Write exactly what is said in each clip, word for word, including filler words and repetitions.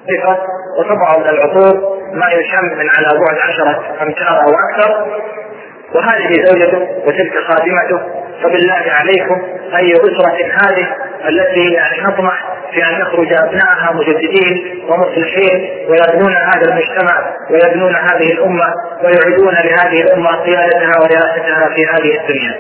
وتضع من العطور ما يشم من على بعد عشرة أمتار أو أكثر، وهذه زوجته وتلك خادمته. فبالله عليكم أي أسرة هذه التي يعني نطمح في أن يخرج أبنائها مجددين ومصلحين ويبنون هذا المجتمع ويبنون هذه الأمة ويعيدون لهذه الأمة قيادتها ورئاستها في هذه الدنيا.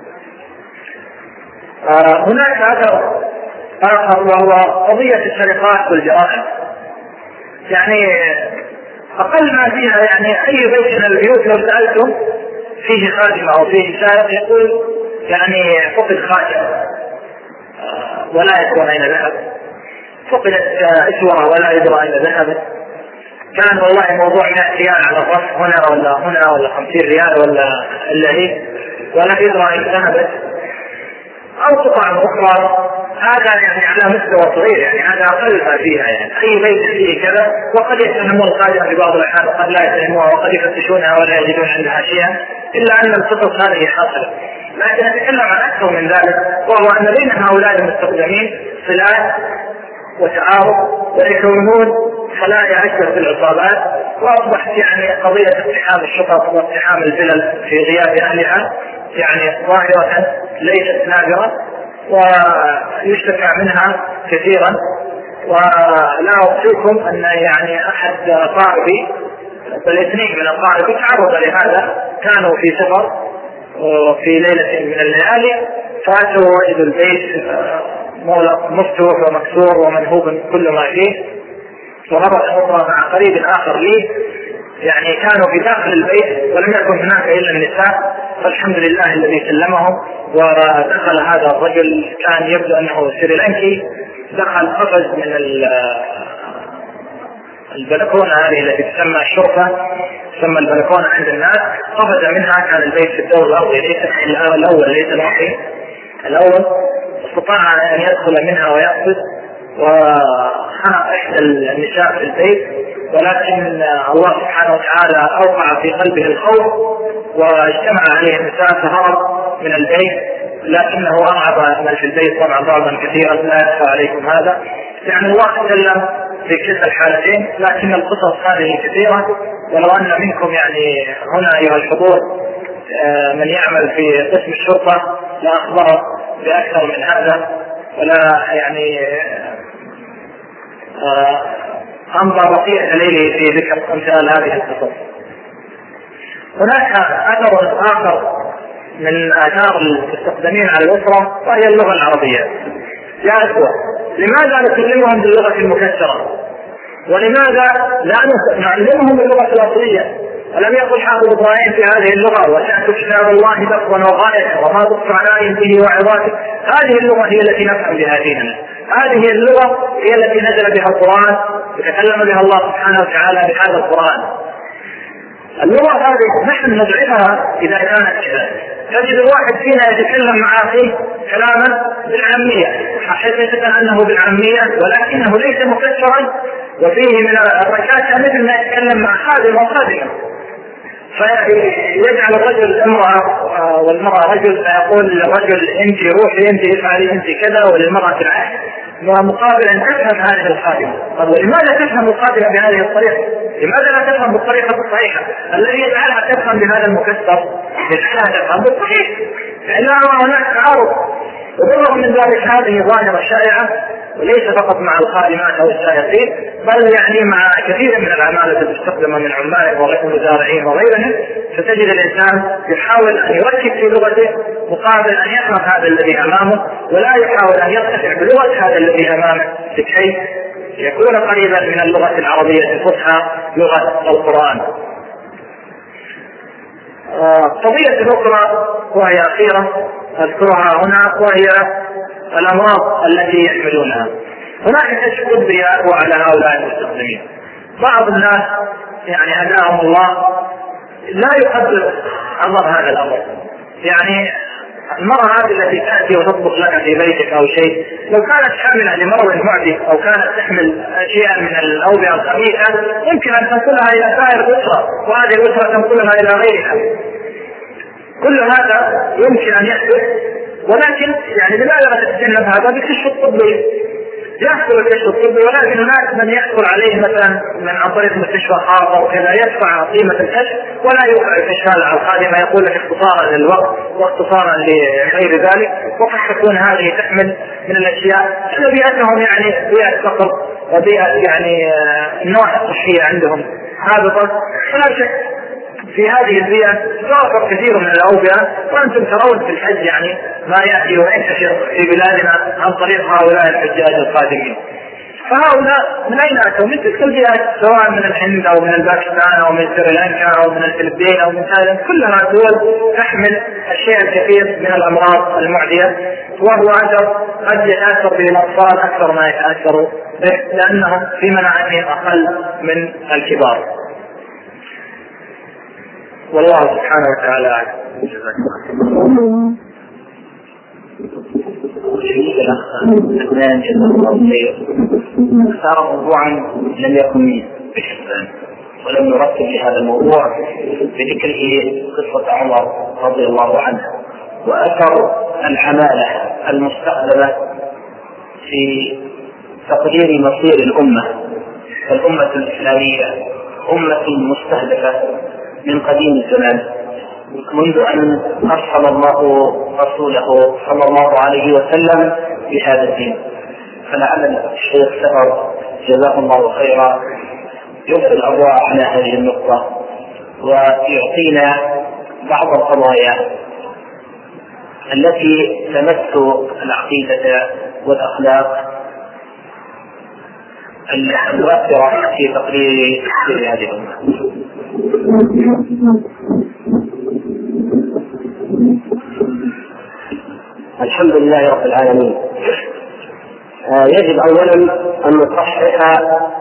آه هناك أثر آخر وهو قضية السرقات والجرائم. يعني أقل ما فيها يعني أي بيت من البيوت لو سألتم فيه خادمة أو فيه سارق يقول يعني فقد خاتم ولا يدرون أين ذهب، فقدت إسورة ولا يدرى أين ذهبت، كان والله موضوع مئة ريال على الرف هنا ولا هنا ولا خمسين ريال ولا إلا هي ولا يدرى أين ذهبت، أو قطع أخرى. هذا يعني على مستوى صغير، يعني هذا أقل ما فيها. يعني أي بيت فيه كذا، وقد يتهمون الخادمة في بعض الأحيان وقد لا يتهموها وقد يفتشونها ولا يجدون عندها شيئا، إلا أن القصص هذه حاصلة. لكن نتكلم عن أكثر من ذلك، وهو أن بين هؤلاء المستخدمين صلات وتعارف ويكونون خلايا أكثر في العصابات، وأصبحت يعني قضية اقتحام الشقق واقتحام الفلل في غياب أهلها يعني ظاهرة ليست نادرة ويشتكى منها كثيرا. ولا أخفيكم أن يعني أحد قاربي بل اثنين من القارب تعرض لهذا، كانوا في سفر في ليلة من الليالي فاتوا وجدوا البيت مفتوح ومكسور ومنهوب كل ما فيه. ومرة أخرى مع قريب آخر لي يعني كانوا في داخل البيت ولم يكن هناك إلا النساء، فالحمد لله الذي سلمهم. ودخل هذا الرجل كان يبدو أنه سريلانكي، دخل قفز من البلكونة هذه التي تسمى الشرفة، تسمى البلكونة عند الناس، قفز منها. كان البيت في الدور الأرضي ليس الأول ليس الأرضي الأول، استطاع أن يدخل منها ويقفز وخنق إحدى النساء في البيت، ولكن الله سبحانه وتعالى أوقع في قلبه الخوف واجتمع عليه النساء فهرب من البيت، لكنه أرعب من في البيت طبعا ضربا كثيرا لا يخفى عليكم هذا. يعني الله تكلم في كلتا الحالتين، لكن القصص هذه كثيرة. ولو أن منكم يعني هنا أيها الحضور من يعمل في قسم الشرطة لأخبره بأكثر من هذا، ولا يعني أمضى بقية ليله في ذكر أمثال هذه القصص. هناك أثر آخر من آثار المستخدمين على الأسرة وهي اللغة العربية. يا أخوة، لماذا نكلمهم باللغة المكسرة؟ ولماذا لا نعلمهم باللغة الأصلية؟ ألم يقل حافظ إبراهيم في هذه اللغة وتأتوا كتاب الله دقا وغاية وما تقطع عليهم به وعظاته؟ هذه اللغة هي التي نفهم بها ديننا، هذه اللغة هي التي نزل بها القرآن وتكلم بها الله سبحانه وتعالى بهذا القرآن. اللغة هذه نحن نضعفها إذا كانت كذا. تجد الواحد فينا يتكلم مع أخيه كلاما بالعامية حيث أنه بالعامية ولكنه ليس مكسرا وفيه من الركاكة مثل ما يتكلم مع خادم وخادمة، فيجعل الرجل امرأة والمرأة رجل، فيقول للرجل أنت روحي أنت افعلي أنت كذا، وللمرأة العكس، ومقابل أن تفهم هذه الخادمة. طب ولماذا تفهم الخادمة بهذه الطريقة؟ لماذا لا تفهم بالطريقة الصحيحة؟ الذي يجعلها تفهم بهذا المكسر يجعلها تفهم بالصحيح، لأنها هناك تعارض. وبالرغم من ذلك هذه ظاهرة شائعة، وليس فقط مع الخادمات أو السائقين، بل يعني مع كثير من العمالة المستخدمة من عمال ومزارعين وغيرهم. فتجد الإنسان يحاول أن يركز في لغته مقابل أن يفهم هذا الذي أمامه، ولا يحاول أن يرتفع بلغة هذا الذي أمامه لكي يكون قريبا من اللغة العربية الفصحى لغة القرآن. قضية أخرى وهي أخيرة أذكرها هنا، وهي الأمراض التي يحملونها. هناك كشف طبي على هؤلاء المستخدمين. بعض الناس يعني هداهم الله لا يقدر عظم هذا الأمر. يعني المرأة هذه التي تأتي وتطبخ لك في بيتك أو شيء، لو كانت حاملة لمرض معدي أو كانت تحمل شيئا من الأوبئة الخبيثة يمكن أن تنقلها إلى سائر الأسرة، وهذه الأسرة تنقلها إلى غيرها. كل هذا يمكن أن يحدث، ولكن يعني لماذا لا تتجنب هذا بالكشف الطبي؟ يحصل الكشف الطبي، ولكن هناك من يحصل عليه مثلا من عن طريق مستشفى خاصة وكذا يدفع قيمة الكشف ولا يوقع الكشف على القادمة، يقول لك اختصارا للوقت واختصارا لغير ذلك. وقد تكون هذه تحمل من الأشياء إن بيئتهم يعني بيئة فقر وبيئة يعني النواحي الصحية عندهم هابطة. فلا شك في هذه البيئة توافر كثير من الأوبئة، وأنتم ترون في الحج يعني ما يأتي وينتشر في بلادنا عن طريق هؤلاء الحجاج القادمين. فهؤلاء من أين أتوا؟ من تلك البيئات، سواء من الهند أو من الباكستان أو من سريلانكا أو من الفلبين أو من تايلاند، كلها دول تحمل الشيء الكثير من الأمراض المعدية، وهو أجر قد يتأثر به الأطفال أكثر ما يتأثروا به لأنهم في مناعتهم أقل من الكبار. والله سبحانه وتعالى أعلم. شيء الأخ عدنان جزاه الله خير اختار موضوعا لم يكن بحسبان ولم نرتب لهذا الموضوع بذكره قصة عمر رضي الله عنه وأثر العمالة المستخدمة في تقدير مصير الأمة. الأمة الإسلامية أمة مستهدفة من قديم الزمان، منذ أن أرسل الله رسوله صلى الله عليه وسلم بهذا الدين. فلعل الشيخ سفر جزاه الله خيرا يلقي الأضواء على هذه النقطة ويعطينا بعض القضايا التي تمس العقيدة والأخلاق المؤثرة في تقرير هذه الأمة. الحمد لله رب العالمين. آه يجب أولا أن نصحح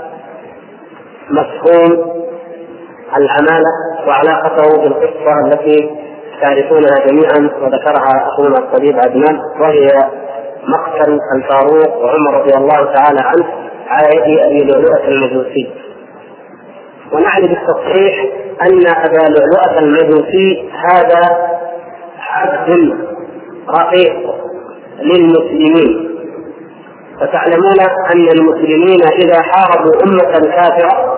مفهوم العمالة وعلاقته بالقصة التي تعرفونها جميعا وذكرها أخونا الطبيب عدنان، وهي مقتل الفاروق وعمر رضي الله تعالى عنه على يد أبي لؤلؤة المجوسي. ونعني بالتصحيح أن أبا لؤلؤة المجوسي هذا عبد رقيق للمسلمين، وتعلمون أن المسلمين إذا حاربوا أمة كافرة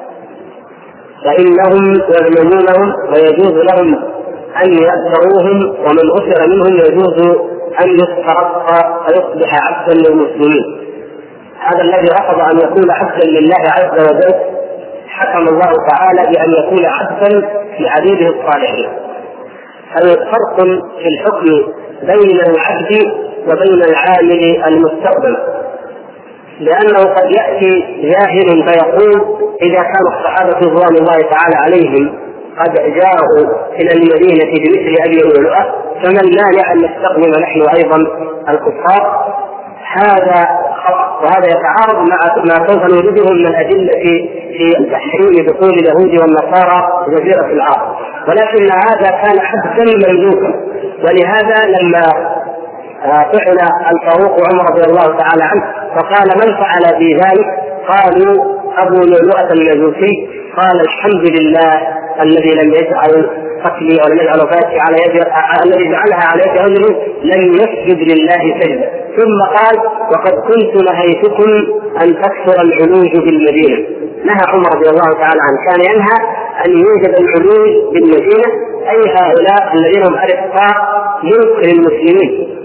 فإنهم يغنمونهم ويجوز لهم أن يأسروهم، ومن أسر منهم يجوز أن يسترق ويصبح عبدا للمسلمين. هذا الذي رفض أن يكون عبدا لله عز وجل حكم الله تعالى بأن يكون عبدا لعبيده الصالحين. فرق في الحكم بين العبد وبين العامل المستخدم، لأنه قد يأتي جاهل فيقول إذا كان الصحابة رضوان الله تعالى عليهم قد جاءوا إلى المدينة بمثل أبي لؤلؤة فمن مانع أن نستخدم نحن أيضا الكفار؟ هذا خطأ، وهذا يتعارض مع ما سوف نوجده من الأدلة في تحريم دخول اليهود والنصارى جزيرة العرب. ولكن هذا كان عبدا مملوكا، ولهذا لما فعل الفاروق وعمر رضي الله تعالى عنه فقال من فعل في ذلك؟ قالوا أبو لؤلؤة المجوسي. قال الحمد لله الذي لم يجعل قتلي ولم يجعل وفاتي على يد الذي جعلها على يد رجل لم يسجد لله سجدا. ثم قال وقد كنت نهيتكم أن تكثر العلوج بالمدينة. نهى عمر رضي الله تعالى عنه، كان ينهى أن يوجد العلوج بالمدينة، أي هؤلاء الذين هم أرقاء ملك للمسلمين.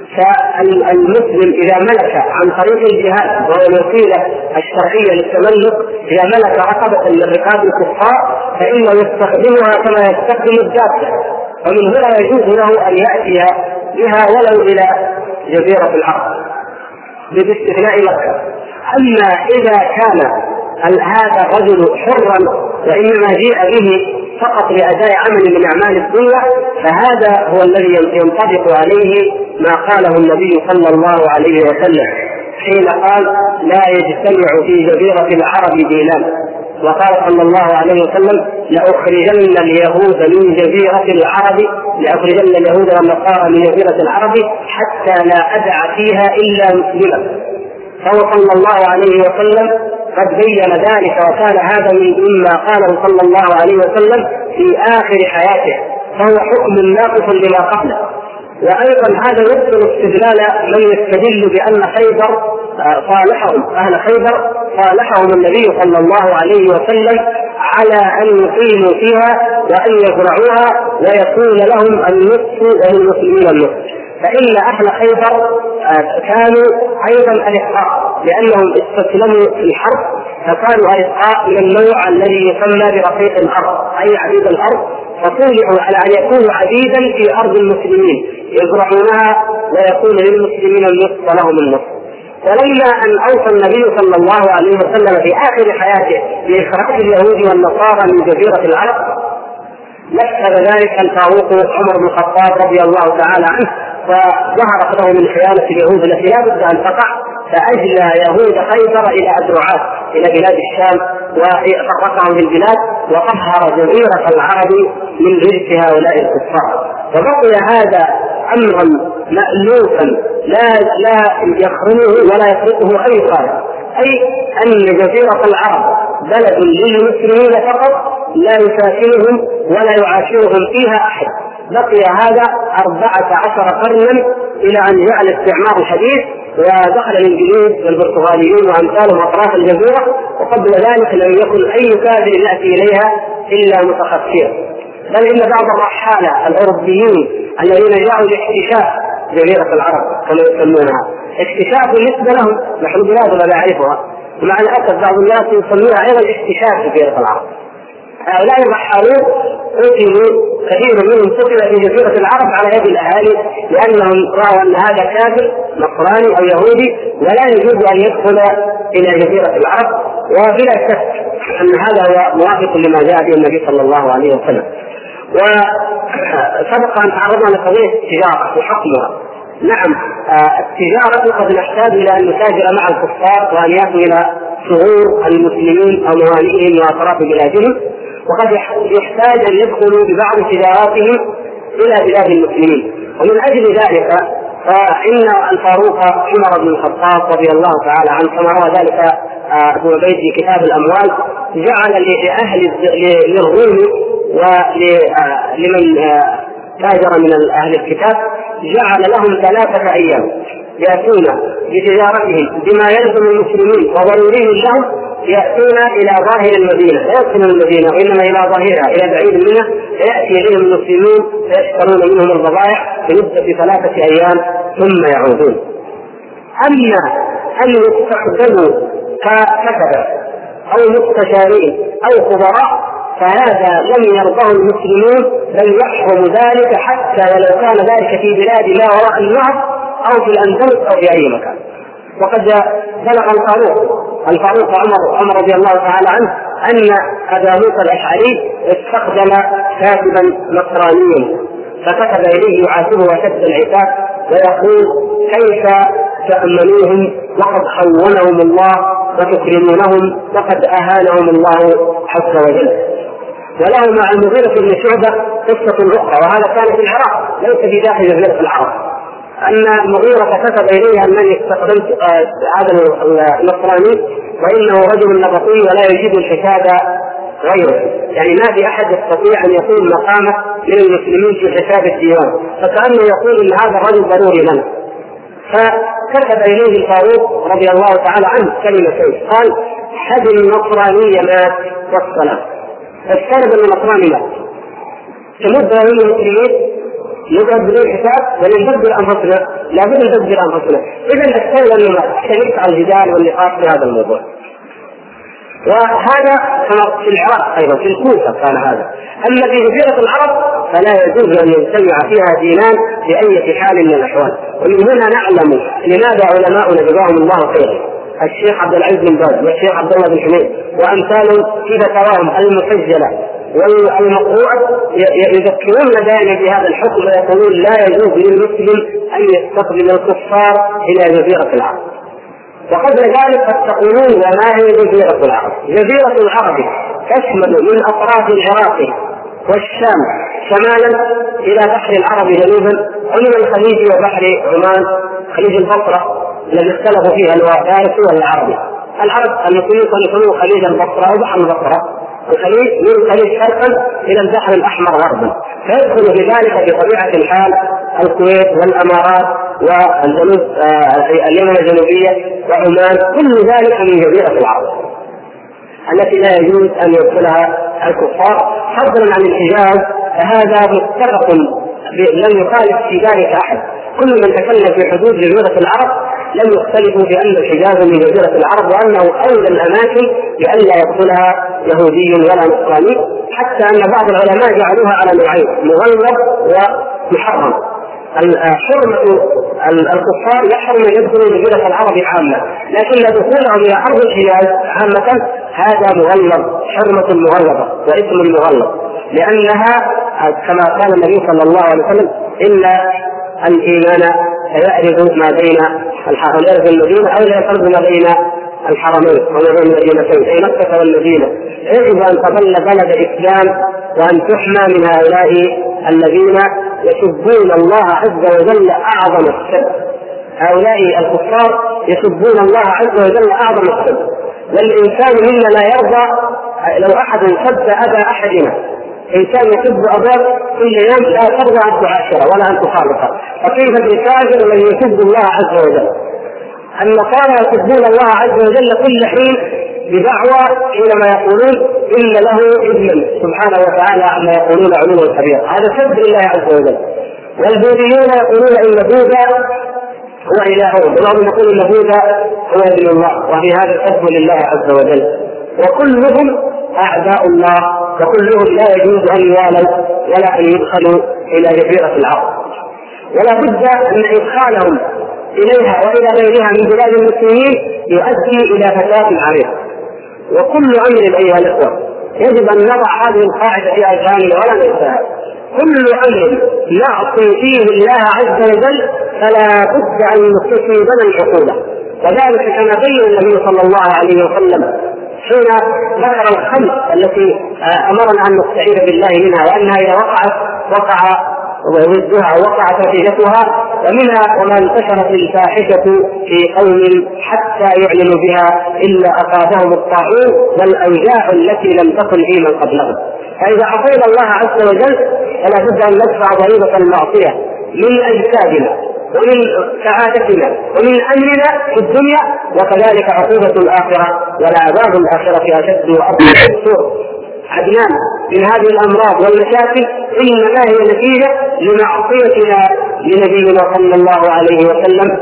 فالمسلم إذا ملك عن طريق الجهاد وهو الوسيلة الشرعية للتملك، إذا ملك رقبة من رقاب الكفار فإنه يستخدمها كما يستخدم الدابة، ومن هنا يجوز له أن يأتي بها ولو إلى جزيرة العرب باستثناء مكة. أما إذا كان هذا الرجل حرا وإنما جاء به فقط لأداء عمل من أعمال الدنيا فهذا هو الذي ينطبق عليه ما قاله النبي صلى الله عليه وسلم حين قال لا يجتمع في جزيرة العرب دينان، وقال صلى الله عليه وسلم لأخرجن اليهود من جزيرة العرب لأخرجن اليهود والنصارى من جزيرة العرب حتى لا أدع فيها إلا مسلما. فهو صلى الله عليه وسلم قد بين ذلك، وكان هذا مما قاله صلى الله عليه وسلم في آخر حياته، فهو حكم ناقص لما قبله. وأيضا هذا يبطل استدلال من يستدل بأن خيبر صالحهم أهل خيبر صالحهم النبي صلى الله عليه وسلم على أن يقيموا فيها وأن يزرعوها ويكون لهم النصف وللمسلمين النصف. فإن أهل خيبر كانوا أيضا أرقاء لأنهم استسلموا في الحرب، فكانوا أرقاء من النوع الذي يسمى برقيق الأرض أي عبيد الأرض، فطولعوا على أن يكونوا عبيدا في أرض المسلمين يزرعونها ويكون للمسلمين النصف ولهم النصف. ولما أن أوصى النبي صلى الله عليه وسلم في آخر حياته بإخراج اليهود والنصارى من جزيرة العرب، نفذ ذلك الفاروق عمر بن الخطاب رضي الله تعالى عنه، وظهرت له من خيانة اليهود التي لا بد أن تقع، فأجلى يهود خيبر إلى أدرعات إلى بلاد الشام وفرقهم في البلاد وطهر جزيرة العرب من رجس هؤلاء الكفار. فبقي هذا أمرا مألوفا لا لا يخرمه ولا يفرقه أي قائد، أي أن جزيرة العرب بلد للمسلمين فقط لا يساكنهم ولا يعاشرهم فيها أحد. بقي هذا أربعة عشر قرنا إلى أن جاء الاستعمار الحديث ودخل الإنجليز والبرتغاليون وأمثالهم أطراف الجزيرة، وقبل ذلك لم يكن أي كافر يأتي إليها إلا متخفيا. بل إن بعض الرحالة الأوروبيين الذين جاءوا لاكتشاف جزيرة العرب كما يسمونها اكتشاف بالنسبة لهم، نحن بلادنا لا نعرفها، ومع الأسف بعض الناس يسمونها أيضا اكتشاف جزيرة العرب. هؤلاء الرحالون قتلوا كثير منهم قتل في جزيرة العرب على يد الأهالي لأنهم رأوا أن هذا كافر نصراني أو يهودي ولا يجوز أن يدخل إلى جزيرة العرب، وبلا شك أن هذا هو موافق لما جاء به النبي صلى الله عليه وسلم. وسبق أن تعرضنا لقضية التجارة وحكمها. نعم، التجارة قد نحتاج إلى أن نتاجر مع الكفار وأن يأتي إلى شغور المسلمين أو مواليهم وأطراف بلادهم، وقد يحتاج أن يدخلوا ببعض تجاراتهم إلى بلاد المسلمين. ومن أجل ذلك فإن الفاروق عمر بن الخطاب رضي الله تعالى عنه كما روى ذلك ابن عبيد في كتاب الأموال جعل لأهل للروم ولمن تاجر من أهل الكتاب جعل لهم ثلاثة أيام يأتون بتجارتهم بما يلزم المسلمين وضروري لهم، يأتون إلى ظاهر المدينة لا يدخلون المدينة وإنما إلى ظاهرها إلى بعيد منها، فيأتي إليهم المسلمون فيشترون منهم البضائع لمدة ثلاثة أيام ثم يعودون. أما أن يستخدموا ككتبة أو مستشارين أو خبراء فهذا لم يرضه المسلمون، بل يحرم ذلك حتى ولو كان ذلك في بلاد لا وراء النهر أو في الأندلس أو في أي مكان. وقد بلغ الفاروق الفاروق عمر عمر رضي الله تعالى عنه أن أبا موسى الأشعري استخدم كاتبا نصرانيا فكتب إليه يعاتبه أشد العتاب ويقول: كيف تأمنوهم وقد خونهم الله وتكرمونهم وقد أهانهم الله عز وجل. وله مع المغيرة بن شعبة قصة أخرى، وهذا كان في العراق ليس في داخل جزيرة العرب، أن المغيرة كتب إليه أنني استخدمت هذا النصراني وإنه رجل نبطي ولا يجيد الحساب غيره، يعني ما في أحد يستطيع أن يكون مقامه من المسلمين في حساب الديوان، فكأنه يقول إن هذا الرجل ضروري لنا. فكتب إليه الفاروق رضي الله تعالى عنه كلمتين، قال: حد النصرانية مات والصلاة. فافترض أن النصراني مات تمد من المسلمين نقعد بدون حساب ولا نبدل أنفسنا؟ لا بد نبدل أنفسنا. إذا نستغل أنه مات حتى على الجدال والنقاش في هذا الموضوع. وهذا كما في العراق أيضا في الكوفة كان هذا. أما في جزيرة العرب فلا يجوز أن يجتمع فيها دينان بأي حال من الأحوال. ومن هنا نعلم لماذا علماؤنا جزاهم الله خيرا الشيخ عبد العزيز بن باز والشيخ عبد الله بن حميد وأمثالهم في فتاواهم المسجلة والمقروءة يذكرون دائما بهذا الحكم ويقولون لا يجوز للمسلم أن يستقبل الكفار إلى جزيرة العرب. وقبل ذلك قد تقولون: وما هي جزيرة العرب؟ جزيرة العرب تشمل من أطراف العراق والشام شمالا إلى بحر العرب جنوبا، ومن الخليج وبحر عمان خليج البصرة الذي اختلفوا فيها الفارسي والعربي. العرب المسلمين يسمون خليج البصرة وبحر البصرة، الخليج من الخليج شرقا إلى البحر الأحمر غربا، فيدخل في ذلك بطبيعة الحال الكويت والامارات والجنوب اليمن الجنوبيه وعمان، كل ذلك من جزيره العرب التي لا يجوز ان يدخلها الكفار، فضلا عن الحجاز فهذا متفق لم يخالف في ذلك احد. كل من تكلم في حدود جزيره العرب لم يختلفوا بان الحجاز من جزيره العرب وانه اولى الاماكن بألا يدخلها يهودي ولا نصراني، حتى ان بعض العلماء جعلوها على نوعين: مغلظ ومحرم. حرمة الكفار يحرم ان يدخلوا جزيرة العرب عامة، لكن دخولهم الى ارض الحجاز عامة هذا مغلظ، حرمة مغلظة واسم مغلظ، لانها كما قال النبي صلى الله عليه وسلم: ان الايمان سيعرض ما بين الحرمين المدينة او لا يفرض ما بين الحرمين وما بين المدينتين اي مكة والمدينة. يجب ان تظل بلد اسلام وان تحمى من هؤلاء الذين يسبون الله عز وجل اعظم السب. هؤلاء الكفار يسبون الله عز وجل اعظم السب، والانسان منا لا يرضى لو احد سب ابا احدنا. انسان يسب اباه كل يوم لا ترضى ان تعاشره ولا ان تخالطه، فكيف بالكافر الذي يسب الله عز وجل؟ النصارى يسبون الله عز وجل كل حين بدعوى حينما يقولون ان له ابنا سبحانه وتعالى عما يقولون علوا كبيرا، هذا سب لله عز وجل. والبوذيون يقولون ان بوذا هو الههم، وبعضهم يقول ان بوذا هو ابن الله، وفي هذا سب لله عز وجل. وكلهم اعداء الله، وكلهم لا يجوز ان يوالوا ولا ان يدخلوا الى جزيره العرب، ولا بد ان ادخالهم اليها والى غيرها من بلاد المسلمين يؤدي الى فساد عريض. وكل امر ايها الاخوه يجب ان نضع هذه القاعده في اذهاننا ولا ننساها: كل امر نعصي فيه الله عز وجل فلا بد ان تصيبنا العقوبه. وذلك كما بين النبي صلى الله عليه وسلم حين ذكر الخمس التي امرنا ان نستعيذ بالله منها، وانها اذا وقعت وقع وضدها وقعت نتيجتها، ومنها وما انتشرت الفاحشه في قوم حتى يعلنوا بها الا اصابهم الطاعون والاوجاع التي لم تكن في من قبلهم. فاذا عصينا الله عز وجل فلا بد ان ندفع ضريبه المعصيه من اجسادنا ومن سعادتنا ومن امرنا في الدنيا، وكذلك عقوبه الاخره والعذاب الاخره اشد وابعد. عدنان من هذه الامراض والمشاكل انما هي نتيجه لمعصيتنا لنبينا صلى الله عليه وسلم،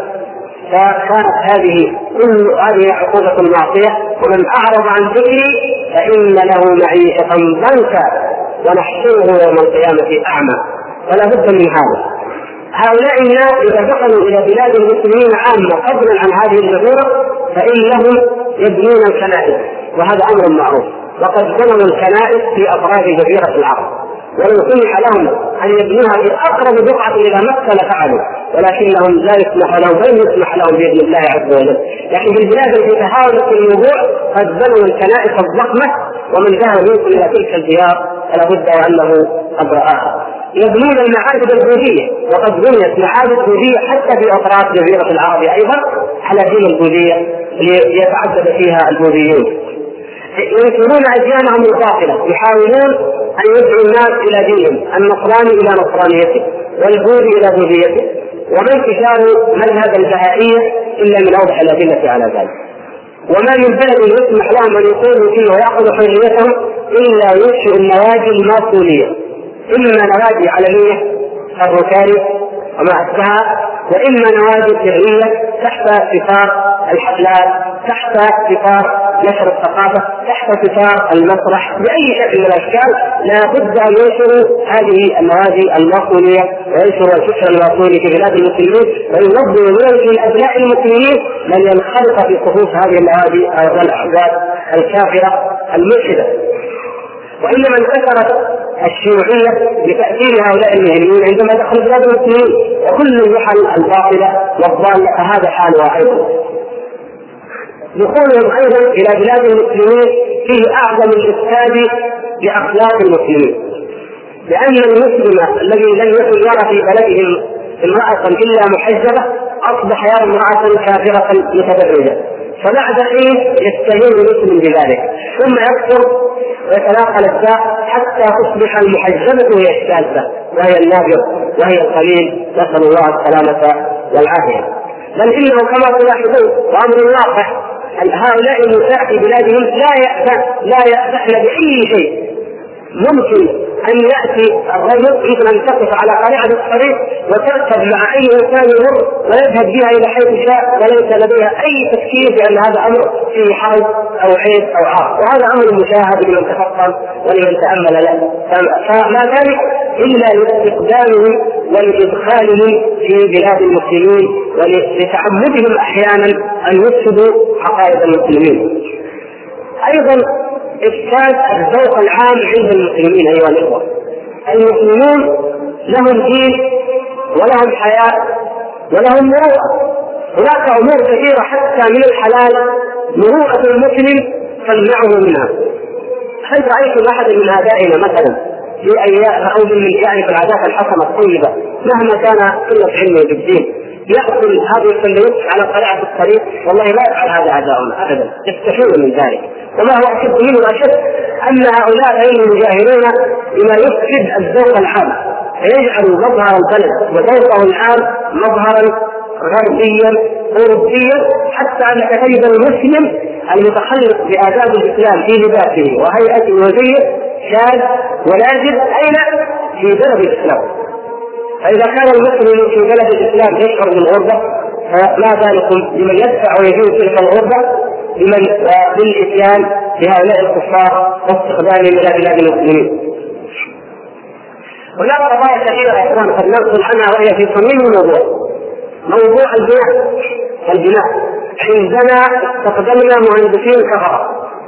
فكانت هذه كل هذه عقوبه المعصيه. ومن اعرض عن ذكري فان له معيشه ضنكا ونحشره يوم القيامه اعمى. ولا بد من هذا. هؤلاء الناس اذا دخلوا الى بلاد المسلمين عامه فضلا عن هذه الجزيره فانهم يبنون الكنائس، وهذا امر معروف، وقد بنوا الكنائس في اطراف جزيره العرب، ولو سمح لهم ان يبنوها في اقرب بقعه الى مكه لفعلوا، ولكنهم لا يسمح لهم بل يسمح لهم باذن الله عز وجل. لكن في البلاد التي تهاونت في الموضوع قد بنوا الكنائس الضخمه، ومن ذهب منكم الى تلك الديار فلا بد وانه قد راها. يبنون المعابد البوذيه، وقد بنيت معابد بوذيه حتى في اطراف جزيره العرب ايضا على دين البوذيه ليتعبد فيها البوذيون. ينشرون اديانهم الباطله، يحاولون ان يدعوا الناس الى دينهم، النصراني الى نصرانيته والبوذي الى بوذيته، وما انتشار مذهب البهائيه الا من اوضح الادله على ذلك. وما من بلد يسمح لهم ان يقولوا فيه وياخذوا حريتهم الا ينشئ النوادي الماسونيه، اما نوادي علنيه الروتاري وما أشبهها، وإما نوادي سرية تحت ستار الحفلات، تحت ستار نشر الثقافة، تحت ستار المسرح، بأي شكل من الأشكال لا بد أن ينشروا هذه النوادي الماسونية وينشروا الفكر الماسوني في بلاد المسلمين، وينظموا من أبناء المسلمين من ينخرط في صفوف هذه النوادي والأحزاب الكافرة الملحدة. وإنما انتشرت الشيوعية بتأثير هؤلاء المهمين عندما دخلوا بلاد المسلمين، وكل الرحل الباطلة والضالة فهذا حالها أيضا. دخولهم أيضا إلى بلاد المسلمين فيه أعظم الإفساد بأخلاق المسلمين، لأن المسلم الذي لم يكن يرى في بلده امرأة إلا محجبة أصبح يرى امرأة كافرة متبرجة، فبعد حين يستهين المسلم بذلك ثم يكثر ويتناقل الداء حتى تصبح المحجبة هي الشاذة وهي النادر وهي القليل، نسأل الله السلامة والعافية. بل إنه كما تلاحظون وأمر واقع أن هؤلاء النساء في بلادهم لا يأبحن لا يأبحن بأي شيء. ممكن أن يأتي الرجل مثل أن تقف على قارعة الطريق وتركب مع أي إنسان يمر ويذهب بها إلى حيث شاء وليس لديها أي تفكير بأن هذا أمر فيه حرج أو عيب أو عار، وهذا أمر مشاهد لمن تفطن ولمن تأمل له. فما ذلك إلا لاستخدامه ولإدخالهم في بلاد المسلمين ولتعمدهم أحيانا أن يفسدوا عقائد المسلمين. أيضا إفساد الذوق العام عند المسلمين. أيها الإخوة، المسلمون لهم دين ولهم حياة ولهم مروءة. هناك أمور كثيرة حتى من الحلال مروءة المسلم تمنعه منها. هل رأيتم أحد من آبائنا مثلا في أيام أو من يعرف العادات الحسنة الطيبة مهما كان قلة علمه بالدين يأكل هذه السندويتش على قارعة الطريق؟ والله لا يفعل هذا أعداؤنا أبدا، يستحيون من ذلك. وما هو أشد منه أشد أن هؤلاء يجاهرون بما يفسد الذوق العام، فيجعل مظهر البلد وذوقه العام مظهرا غربيا أوروبيا، حتى أنك تجد المسلم المتخلق بآداب الإسلام في لباسه وهيئته وزيه شاذ ونازل أين؟ في بلد الإسلام. فإذا كان المسلم في بلد الإسلام يشعر بالغربة، فما بالكم بمن يدفع ويجوز تلك الغربة بمن بالإتيان بهؤلاء الكفار واستخدامهم إلى بلاد المسلمين. هناك قضايا كثيرة يا إخوان قد ننقل عنها وهي في صميم الموضوع. موضوع البناء. البناء عندنا استخدمنا مهندسين كفرة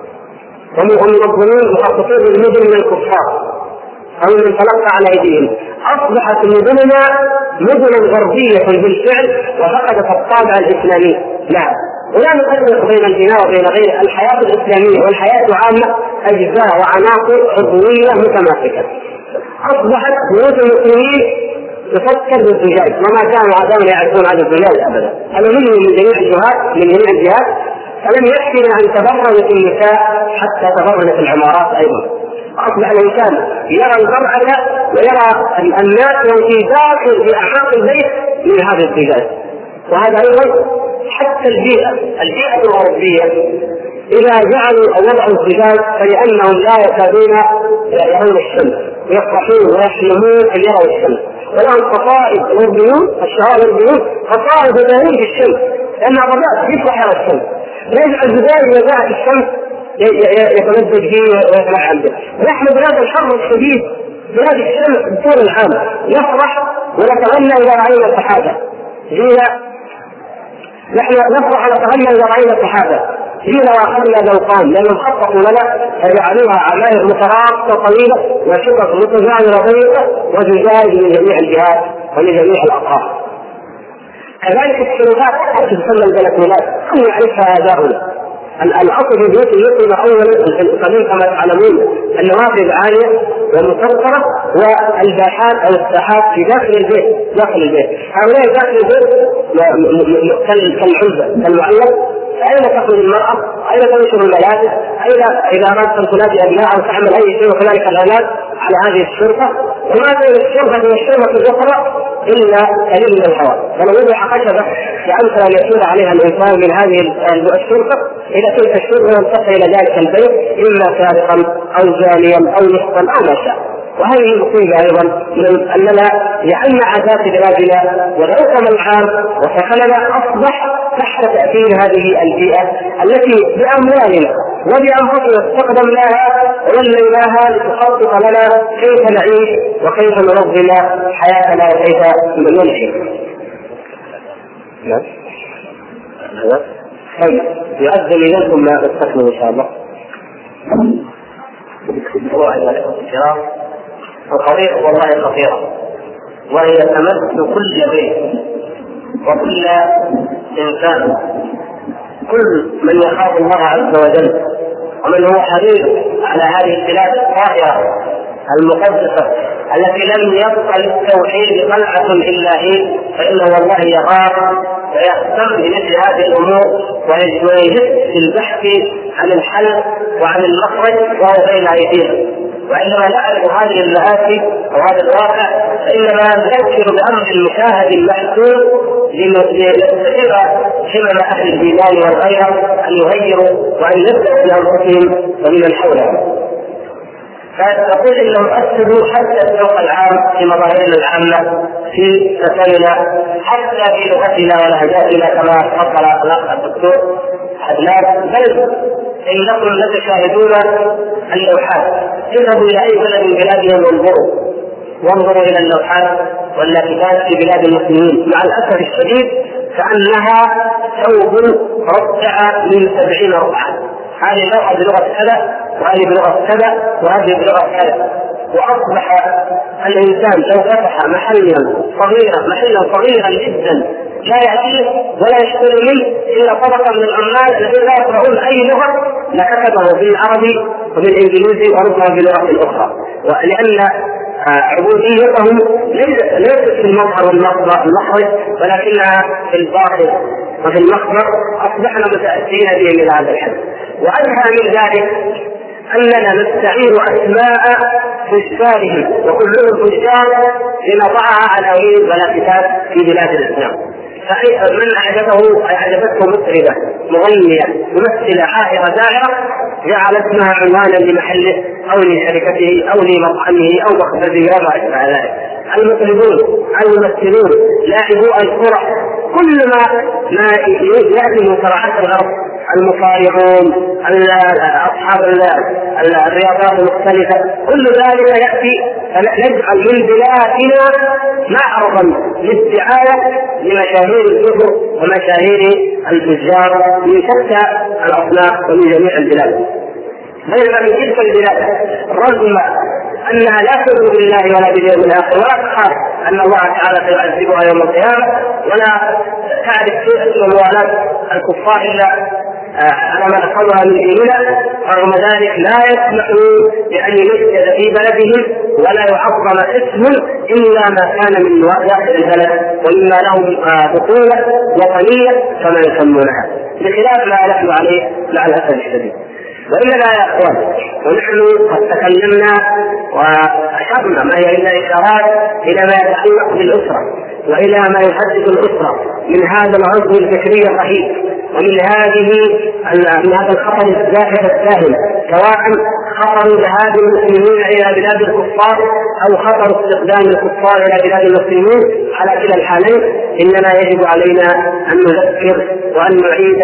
ومنظمين مخصصين للمدن من الكفار أو من تلقى على أيديهم. أصبحت مدننا مدن غربية بالفعل وفقدت الطابع الإسلامي. لا، ولا نفرق بين البناء وبين غير الحياة الإسلامية والحياة عامة أجزاء وعناصر عضوية متماسكة. أصبحت بيوت المسلمين تفكر بالزجاج، وما كانوا عادون يعرفون هذا الزجاج أبدا. ألمنيوم من جميع الجهات من جميع الجهات، فلم يكفنا أن تبرزت النساء حتى تبرزت العمارات أيضا. أصبح الإنسان يرى البرعة ويرى الناس في داخل في أعماق البيت من هذا الزجاج. وهذا أيضا حتى البيئة البيئة الأوروبية إذا جعلوا أو وضعوا الزجاج فلأنهم لا يكادون يرون الشمس، يفرحون ويحلمون أن يروا الشمس، ولهم قصائد الأوروبيون الشعراء الأوروبيون قصائد يدعون بالشمس لأنها طبيعة يفرح يرى الشمس، يجعل الزجاج إذا جاءت الشمس يتمدد فيه ويفرح عنده. نحن بهذا الحر الشديد بهذه الشمس بطول العام نفرح ونتغنى إذا رأينا السحابة. نحن نفرح ونتغنى إذا رأينا السحابة حين أخذنا ذوقان لأنهم خططوا لنا فجعلوها عماير متراصة طويلة وشقق متزايرة ضيقة وزجاج من جميع الجهات ومن جميع الأطراف. كذلك الشركات التي تسمى البلكونات كم يعرفها آباؤنا. الأصل في بيوت المسلم أولا القديم كما تعلمون النوافذ عالية ومسطرة والباحات أو الساحات في داخل البيت داخل البيت هؤلاء داخل البيت كالعزة كالمعلق. أين تخرج المرأة؟ أين تنشر الملابس؟ أين إذا أردت أن تنادي أبنائها وتعمل أي شيء وكذلك الأولاد على هذه الشرطة؟ وما بين الشرطة والشرطة الأخرى إلا قليل من الهواء. فلو وضع خشبة يمكن أن يسير عليها الإنسان من هذه الشرطة إلى تلك الشرطة ينتقل إلى ذلك البيت إما سارقا أو زانيا أو لصا أو ما شاء. وهذه المصيبة أيضا من أننا جعلنا عادات بلادنا وذوقنا العام وسكننا أصبح تحت تأثير هذه البيئة التي بأموالنا وبأنفسنا استخدمناها ووليناها لتخطط لنا كيف نعيش وكيف ننظم حياتنا وكيف نعيش. نعم. طيب يؤذن إليكم ما تستكمل إن شاء الله. الكرام القضية والله خطيرة، وهي تمس كل بيت وكل إنسان، كل من يخاف الله عز وجل ومن هو حريص على هذه البلاد الطاهرة المقدسة التي لم يبقى للتوحيد طلعة إلا هي، فإنه والله يغار ويهتم بمثل هذه الأمور ويجد في البحث عن الحل وعن المخرج وهو بين أيديهم. وعندما نعرف هذه المآسي أو هذا الواقع فإنما نذكر بأمر المشاهد المحسوس لنستطيع همم أهل الإيمان والغيرة أن يغيروا وأن يبدأوا بأنفسهم ومن حولهم. فنقول انهم افسدوا حتى الذوق العام في مظاهرنا العامه في سكننا حتى في لغتنا ولهجاتنا كما تفضل الاخ الدكتور عدنان. بل انكم لتشاهدون اللوحات، اذهبوا الى اي بلد من بلادهم وانظروا وانظروا الى اللوحات واللافتات في بلاد المسلمين، مع الاسف الشديد كانها ثوب ربع من سبعين ربعه، هذه اللوحه بلغه كذا وهذه بلغه كذا وهذه بلغه كذا. واصبح الانسان لو فتح محلا صغيرا محلا صغيرا جدا لا ياتيه ولا يشتري منه الا طبقه من العمال الذين لا يقرؤون اي لغه لكتبه بالعربي وبالانجليزي وربما بلغه اخرى، ولان عبوديتهم ليست في المظهر والمخرج ولكنها في الباطن وفي المخبر. اصبحنا متاثرين بهم الى هذا الحد. وأدهى من ذلك أننا نستعير أسماء تجارهم وكلهم تجار لنضعها على غير بلافتات في بلاد الإسلام. فمن أعجبه أعجبته مطربة مغنية ممثلة عائرة دائرة جعل اسمها عنوانا لمحله أو لشركته أو لمطعمه أو مخبزه وما أشبه ذلك. المطربون الممثلون لاعبو الكرة كل ما ما يأتي من صراعات الغرب، المصارعون أصحاب الرياضات المختلفة، كل ذلك يأتي نجعل من بلادنا معرضا للدعاية لمشاهير الكفر ومشاهير التجار من شتى الأصناف ومن جميع البلاد. بينما من تلك البلاد رغم أنها لا تؤمن بالله ولا باليوم الآخر ولا تخاف أن الله تعالى سيعذبها يوم القيامة ولا تعرف سوء موالاة الكفار إلا على ما نحفظها من ديننا، رغم ذلك لا يسمح بأن يمجد في بلدهم ولا يعظم اسم إلا ما كان من داخل البلد وإما لهم بطولة وطنية كما يسمونها، بخلاف ما نحن عليه مع الأسف الشديد. وإننا يا أخوان ونحن قد تكلمنا وأشرنا ما هي إلا إشارات إلى ما يتعلق بالأسرة وإلى ما يحدث الأسرة من هذا الغزو الفكري الرهيب ومن هذه من هذا الخطر الزاحف الساهل، سواء خطر ذهاب المسلمين إلى بلاد الكفار أو خطر استخدام الكفار إلى بلاد المسلمين. على كلا الحالين إننا يجب علينا أن نذكر وأن نعيد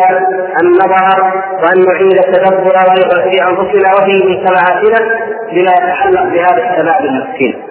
النظر وأن نعيد التدبر في أنفسنا وفي مجتمعاتنا بما يتعلق بهذا الشباب المسكين.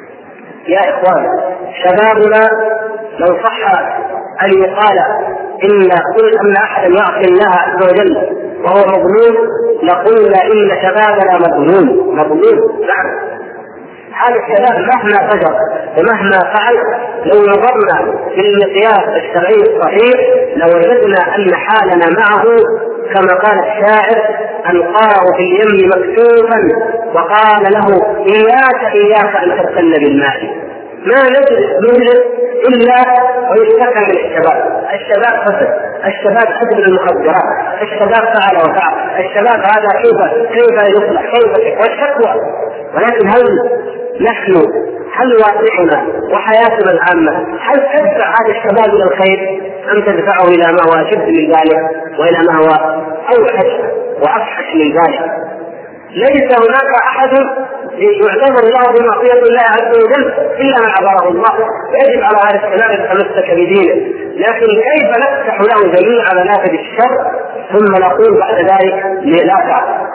يا إخوان، شبابنا لو صح أن يقال إن كل أن أحدا يعصي الله عز وجل وهو مظلوم لقلنا إن شبابنا مظلوم مظلوم نعم. هذا الشباب مهما فجر ومهما فعل لو نظرنا في المقياس الشرعي الصحيح لوجدنا أن حالنا معه كما قال الشاعر: ألقاه في اليم مكتوفا وقال له إياك إياك أن ترتل بالماء. ما نجد منه إلا ويشتكى من الشباب. الشباب فسد، الشباب حجب المخدرات، الشباب فعل وفعل، الشباب هذا كيف كيف يصلح كيف والشكوى. ولكن هل نحن هل واقعنا وحياتنا العامة هل تدفع هذا الشباب إلى الخير أم تدفعه إلى ما هو أشد من ذلك وإلى ما هو أوحش وأفحش من ذلك؟ ليس هناك أحد يعتبر له بمعصية الله عز وجل إلا من عبره الله، ويجب على هذا الشباب أن يتمسك بدينه. لكن كيف نفتح له جميع منافذ الشر ثم نقول بعد ذلك لا تعال؟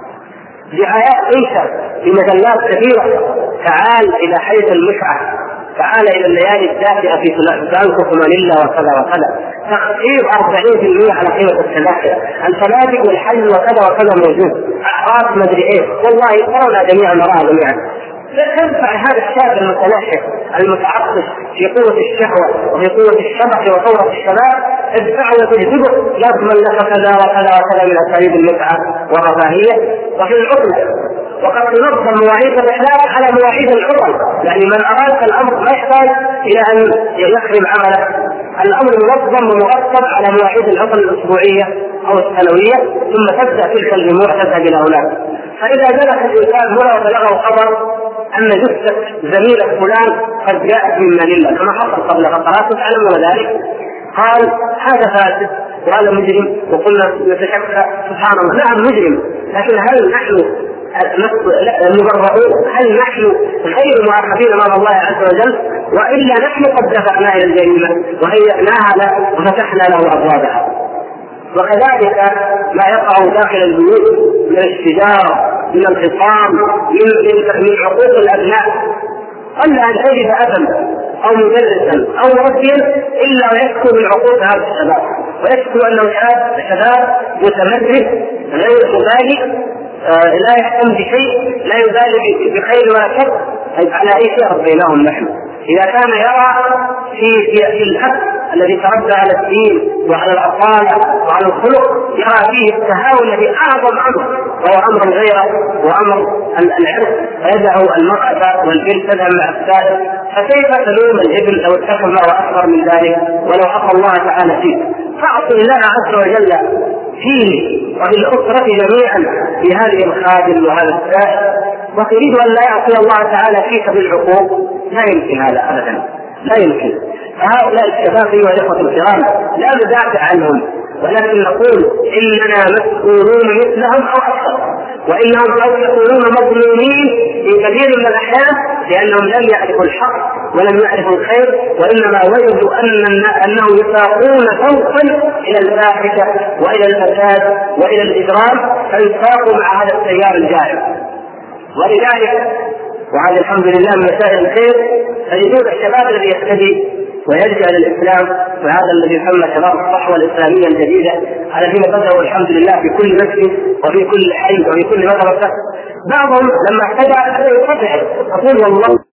دعايات تنشر في مجلات كثيرة: تعال إلى حيث المشعة، تعال إلى الليالي الدافئة في تنكف مانيلا وكذا وكذا، تخفيض أربعين بالمئة على قيمة التذاكر، الفنادق والحل وكذا وكذا موجود، أعراض مدري إيه. والله ترى جميعا نراها جميعا. تنفع هذا الشاب المتنحر المتعطش في قوة الشهوة وفي قوة الشبح وثورة الشباب، ادفعه وتجذبه يضمن لك كذا وكذا وكذا من أساليب المتعة والرفاهية وفي العطل. وقد تنظم مواعيد الرحلات على مواعيد العطل، يعني من أراد الأمر ما يحتاج إلى أن يخرب عمله الامر منظم ومرتب على مواعيد العطل الاسبوعيه او السنويه، ثم تبدا تلك الجموع تذهب الى هناك. فاذا جلس الانسان هنا وبلغه خبر ان جثه زميله فلان قد جاءت من مانيلا كما حصل قبل فترات تعلمون ذلك، قال هذا فاسد وهذا مجرم، وقلنا نتشكى سبحان الله نعم مجرم، لكن هل نحن المبررون؟ هل نحن غير مؤاخذين امام الله عز وجل؟ والا نحن قد دفعنا الى الجريمه وهيئناها له وفتحنا له ابوابها. وكذلك ما يقع داخل البيوت من الشجار، من الخصام، من من حقوق الابناء، قل ان تجد ابا او مدرسا او مربيا الا ويشكو من عقوق هذا الشباب، ويشكو انه شاب شباب متمدرس غير مبالي، آه لا يهتم بشيء، لا يبالي بخير ولا شر، على اي شيء ربيناهم نحن. اذا كان يرى في في الحق الذي تربى على الدين وعلى الاصاله وعلى الخلق، يرى فيه التهاون الذي اعظم امر وهو امر الغيره وامر العرق، فيدع المرأة والبنت تذهب مع السائل، فكيف تلوم الابن لو اتخذ ما اكبر من ذلك ولو عصى الله تعالى فيه؟ فاعصي الله عز وجل فيه وفي الاسره جميعا في هذه الخادم وهذا السائل، وتريد ان لا يعصي الله تعالى فيك بالعقوق؟ لا يمكن هذا ابدا، لا يمكن. فهؤلاء الشباب ايها الاخوه الكرام لا ندافع عنهم، ولكن نقول اننا مسؤولون مثلهم او اكثر، وانهم قد يكونون مظلومين في كثير من الاحيان لانهم لم يعرفوا الحق ولم يعرفوا الخير، وانما وجدوا ان انهم يساقون سوقا الى الفاحشه والى الفساد والى الاجرام، فيساقوا مع هذا التيار الجاري. ولذلك وهذا الحمد لله من مسائل الخير تجدون الشباب الذي يهتدي ويرجع للاسلام، وهذا الذي يسمى شباب الصحوه الاسلاميه الجديده الذين بدأوا الحمد لله في كل مسجد وفي كل حي وفي كل مدرسه، بعضهم لما اهتدى يقطع يقول والله